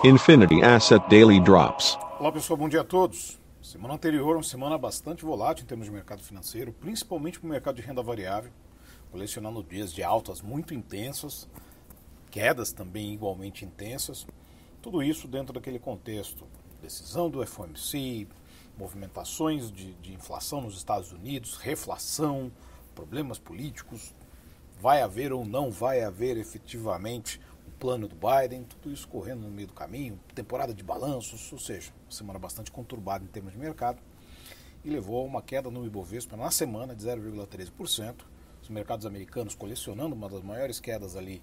Infinity Asset Daily Drops. Olá pessoal, bom dia a todos. Semana anterior, uma semana bastante volátil em termos de mercado financeiro, principalmente para o mercado de renda variável, colecionando dias de altas muito intensas, quedas também igualmente intensas, tudo isso dentro daquele contexto, decisão do FOMC, movimentações de inflação nos Estados Unidos, reflação, problemas políticos, vai haver ou não vai haver efetivamente o plano do Biden, tudo isso correndo no meio do caminho, temporada de balanços, ou seja, uma semana bastante conturbada em termos de mercado, e levou a uma queda no Ibovespa na semana de 0,13%, os mercados americanos colecionando uma das maiores quedas ali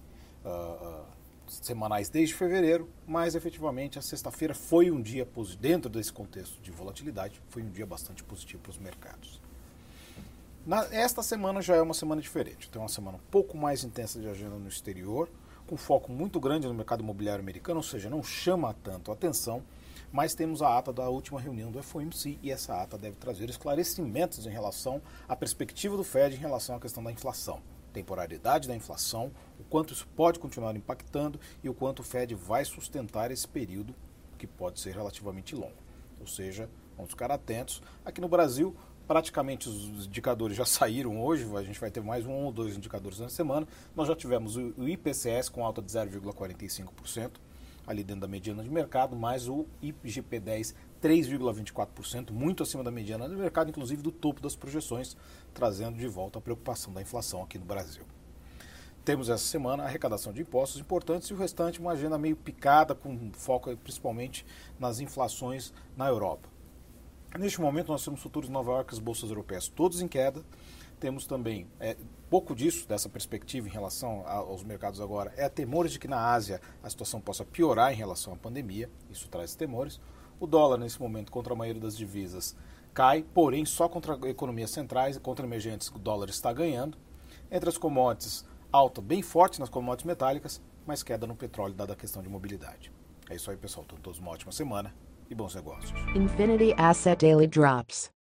semanais desde fevereiro, mas efetivamente a sexta-feira foi um dia positivo, dentro desse contexto de volatilidade, foi um dia bastante positivo para os mercados. Esta semana já é uma semana diferente, então é uma semana um pouco mais intensa de agenda no exterior, com foco muito grande no mercado imobiliário americano, ou seja, não chama tanto a atenção, mas temos a ata da última reunião do FOMC e essa ata deve trazer esclarecimentos em relação à perspectiva do Fed em relação à questão da inflação, temporalidade da inflação, o quanto isso pode continuar impactando e o quanto o Fed vai sustentar esse período que pode ser relativamente longo. Ou seja, vamos ficar atentos. Aqui no Brasil, praticamente os indicadores já saíram hoje, a gente vai ter mais um ou dois indicadores na semana. Nós já tivemos o IPCS com alta de 0,45%, ali dentro da mediana de mercado, mais o IGP-10 3,24%, muito acima da mediana de mercado, inclusive do topo das projeções, trazendo de volta a preocupação da inflação aqui no Brasil. Temos essa semana a arrecadação de impostos importantes e o restante uma agenda meio picada, com foco principalmente nas inflações na Europa. Neste momento nós temos futuros de Nova York, as bolsas europeias todos em queda. Temos também, pouco disso, dessa perspectiva em relação aos mercados agora, temores de que na Ásia a situação possa piorar em relação à pandemia, isso traz temores. O dólar nesse momento contra a maioria das divisas cai, porém só contra economias centrais e contra emergentes o dólar está ganhando. Entre as commodities, alta bem forte nas commodities metálicas, mas queda no petróleo dada a questão de mobilidade. É isso aí pessoal, tenham todos uma ótima semana e bons negócios. Infinity Asset Daily Drops.